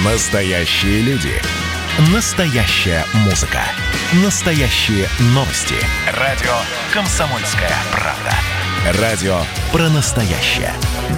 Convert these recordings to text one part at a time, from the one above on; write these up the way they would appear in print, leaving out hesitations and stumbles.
Настоящие люди. Настоящая музыка. Настоящие новости. Радио «Комсомольская правда». Радио про настоящее.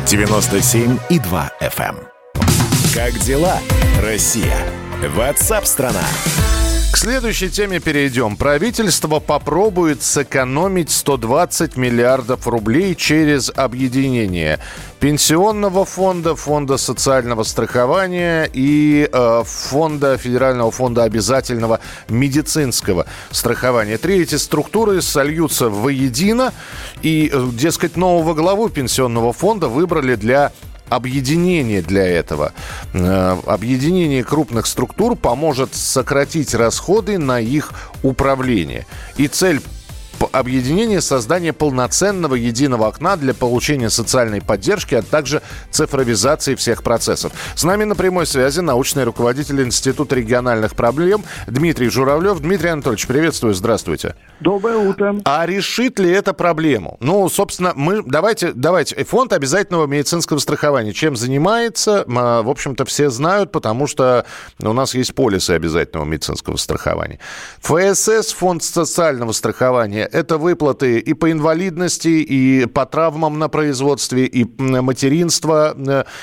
97,2 FM. Как дела, Россия? WhatsApp-страна. К следующей теме перейдем. Правительство попробует сэкономить 120 миллиардов рублей через объединение Пенсионного фонда, Фонда социального страхования и Федерального фонда обязательного медицинского страхования. Три эти структуры сольются воедино. И, дескать, нового главу Пенсионного фонда выбрали для объединение для этого. Объединение крупных структур поможет сократить расходы на их управление. И цель объединения — создание полноценного единого окна для получения социальной поддержки, а также цифровизации всех процессов. С нами на прямой связи научный руководитель Института региональных проблем Дмитрий Журавлев. Дмитрий Анатольевич, приветствую, здравствуйте. Доброе утро. А решит ли это проблему? Ну, собственно, давайте. Фонд обязательного медицинского страхования чем занимается? В общем-то, все знают, потому что у нас есть полисы обязательного медицинского страхования. ФСС, Фонд социального страхования, это выплаты и по инвалидности, и по травмам на производстве, и материнство,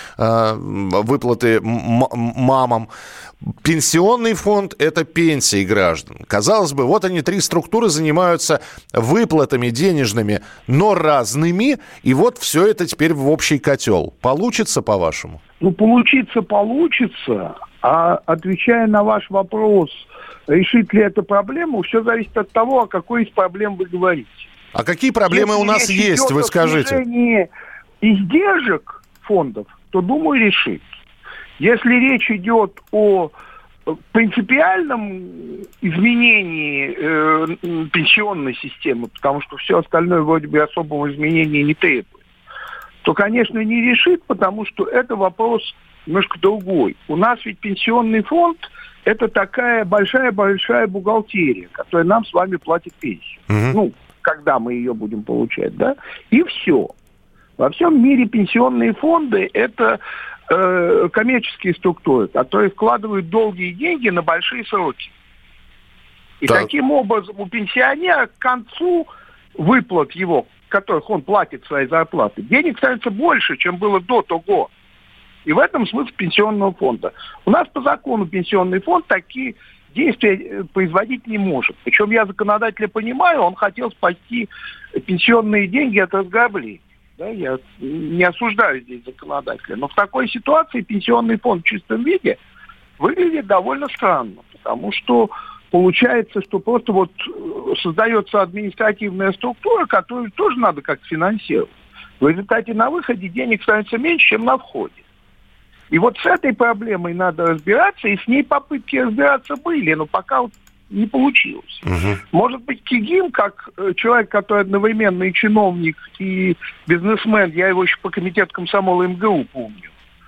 выплаты мамам. Пенсионный фонд – это пенсии граждан. Казалось бы, вот они, три структуры занимаются выплатами денежными, но разными, и вот все это теперь в общий котел. Получится, по-вашему? Ну, получится. А отвечая на ваш вопрос, решит ли это проблему, все зависит от того, о какой из проблем вы говорите. А какие проблемы у нас есть, вы скажите? Если снижение издержек фондов, то, думаю, решит. Если речь идет о принципиальном изменении пенсионной системы, потому что все остальное вроде бы особого изменения не требует, то, конечно, не решит, потому что это вопрос немножко другой. У нас ведь пенсионный фонд – это такая большая-большая бухгалтерия, которая нам с вами платит пенсию. Ну, когда мы ее будем получать, да? И все. Во всем мире пенсионные фонды – это коммерческие структуры, которые вкладывают долгие деньги на большие сроки. И таким образом у пенсионера к концу выплат его, которых он платит свои зарплаты, денег становится больше, чем было до того. И в этом смысл пенсионного фонда. У нас по закону пенсионный фонд такие действия производить не может. Причем я законодателя понимаю, он хотел спасти пенсионные деньги от разграбления. Да, я не осуждаю здесь законодателя. Но в такой ситуации пенсионный фонд в чистом виде выглядит довольно странно. Потому что получается, что просто вот создается административная структура, которую тоже надо как-то финансировать. В результате на выходе денег становится меньше, чем на входе. И вот с этой проблемой надо разбираться, и с ней попытки разбираться были, но пока вот не получилось. Может быть, Кигим, как человек, который одновременно и чиновник, и бизнесмен, я его еще по комитету комсомола МГУ помню,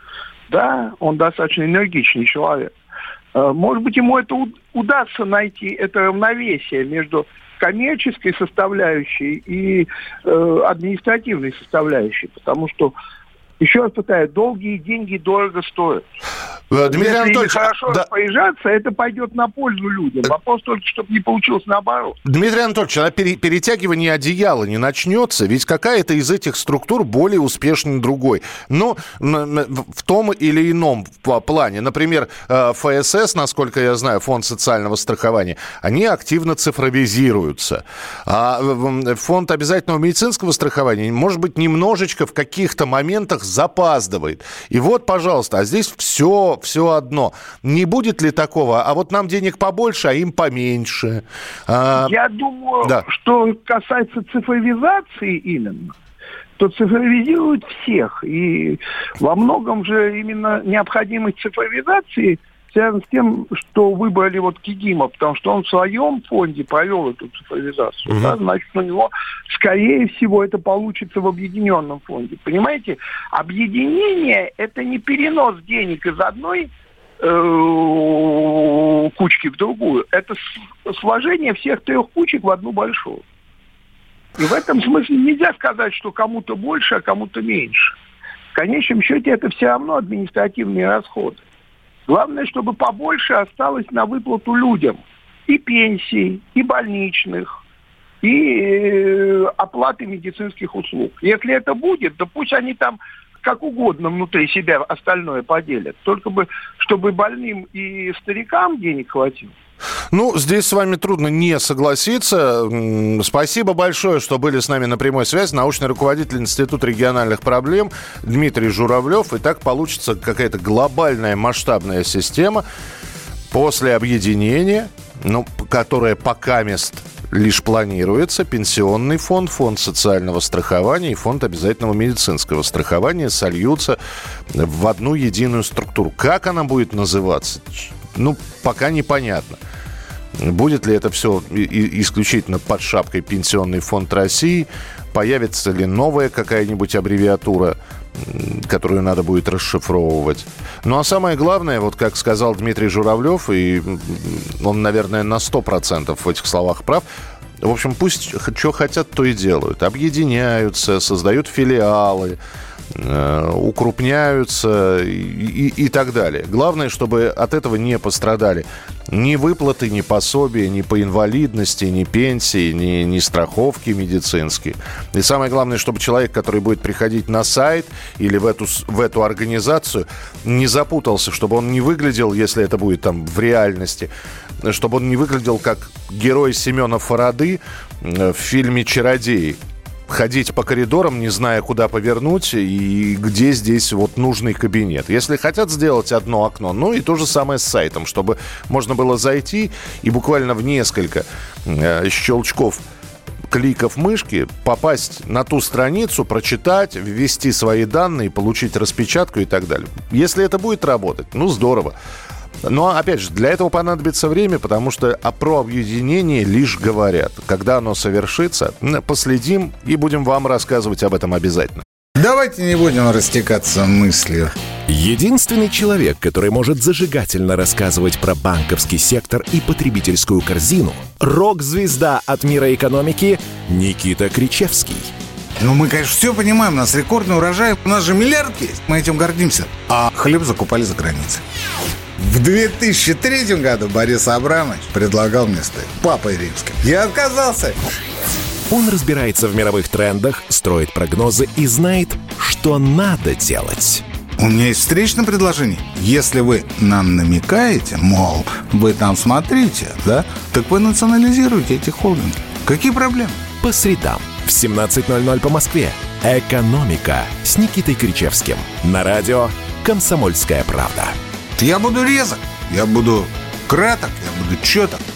да, он достаточно энергичный человек. Может быть, ему это удастся найти, это равновесие между коммерческой составляющей и административной составляющей, потому что, еще раз повторяю, долгие деньги дорого стоят. Дмитрий Анатольевич, хорошо распоряжаться, это пойдет на пользу людям. Вопрос только, чтобы не получилось наоборот. Дмитрий Анатольевич, а перетягивание одеяла не начнется? Ведь какая-то из этих структур более успешна другой. Ну, в том или ином плане. Например, ФСС, насколько я знаю, Фонд социального страхования, они активно цифровизируются. А Фонд обязательного медицинского страхования, может быть, немножечко в каких-то моментах запаздывает. И вот, пожалуйста, а здесь все одно. Не будет ли такого? А вот нам денег побольше, а им поменьше. Я думаю, что касается цифровизации именно, то цифровизируют всех. И во многом же именно необходимость цифровизации связана с тем, что выбрали вот Кигима, потому что он в своем фонде провел эту цифровизацию. Да? Значит, у него, скорее всего, это получится в объединенном фонде. Понимаете, объединение – это не перенос денег из одной кучки в другую. Это сложение всех трех кучек в одну большую. И в этом смысле нельзя сказать, что кому-то больше, а кому-то меньше. В конечном счете это все равно административные расходы. Главное, чтобы побольше осталось на выплату людям. И пенсий, и больничных, и оплаты медицинских услуг. Если это будет, то пусть они там как угодно внутри себя остальное поделят. Только бы, чтобы больным и старикам денег хватило. Ну, здесь с вами трудно не согласиться. Спасибо большое, что были с нами на прямой связи. Научный руководитель Института региональных проблем Дмитрий Журавлев. И так получится какая-то глобальная масштабная система после объединения, которая пока мест лишь планируется. Пенсионный фонд, фонд социального страхования и фонд обязательного медицинского страхования сольются в одну единую структуру. Как она будет называться? Пока непонятно. Будет ли это все исключительно под шапкой Пенсионный фонд России? Появится ли новая какая-нибудь аббревиатура, которую надо будет расшифровывать? Ну, а самое главное, вот как сказал Дмитрий Журавлев, и он, наверное, на 100% в этих словах прав, в общем, пусть что хотят, то и делают. Объединяются, создают филиалы, укрупняются и так далее. Главное, чтобы от этого не пострадали ни выплаты, ни пособия, ни по инвалидности, ни пенсии, ни страховки медицинские. И самое главное, чтобы человек, который будет приходить на сайт или в эту организацию, не запутался, чтобы он не выглядел, если это будет там в реальности, чтобы он не выглядел как герой Семена Фарады в фильме «Чародеи». Ходить по коридорам, не зная, куда повернуть и где здесь вот нужный кабинет. Если хотят сделать одно окно, и то же самое с сайтом, чтобы можно было зайти и буквально в несколько щелчков, кликов мышки попасть на ту страницу, прочитать, ввести свои данные, получить распечатку и так далее. Если это будет работать, здорово. Но, опять же, для этого понадобится время, потому что про объединение лишь говорят. Когда оно совершится, последим и будем вам рассказывать об этом обязательно. Давайте не будем растекаться мыслью. Единственный человек, который может зажигательно рассказывать про банковский сектор и потребительскую корзину – рок-звезда от мира экономики Никита Кричевский. Мы, конечно, все понимаем, у нас рекордный урожай, у нас же миллиард есть, мы этим гордимся. А хлеб закупали за границей. В 2003 году Борис Абрамович предлагал мне стать папой римским. Я отказался. Он разбирается в мировых трендах, строит прогнозы и знает, что надо делать. У меня есть встречное предложение. Если вы нам намекаете, мол, вы там смотрите, да, так вы национализируете эти холдинги. Какие проблемы? По средам в 17:00 по Москве. «Экономика» с Никитой Кричевским. На радио «Комсомольская правда». Я буду резок, я буду краток, я буду четок.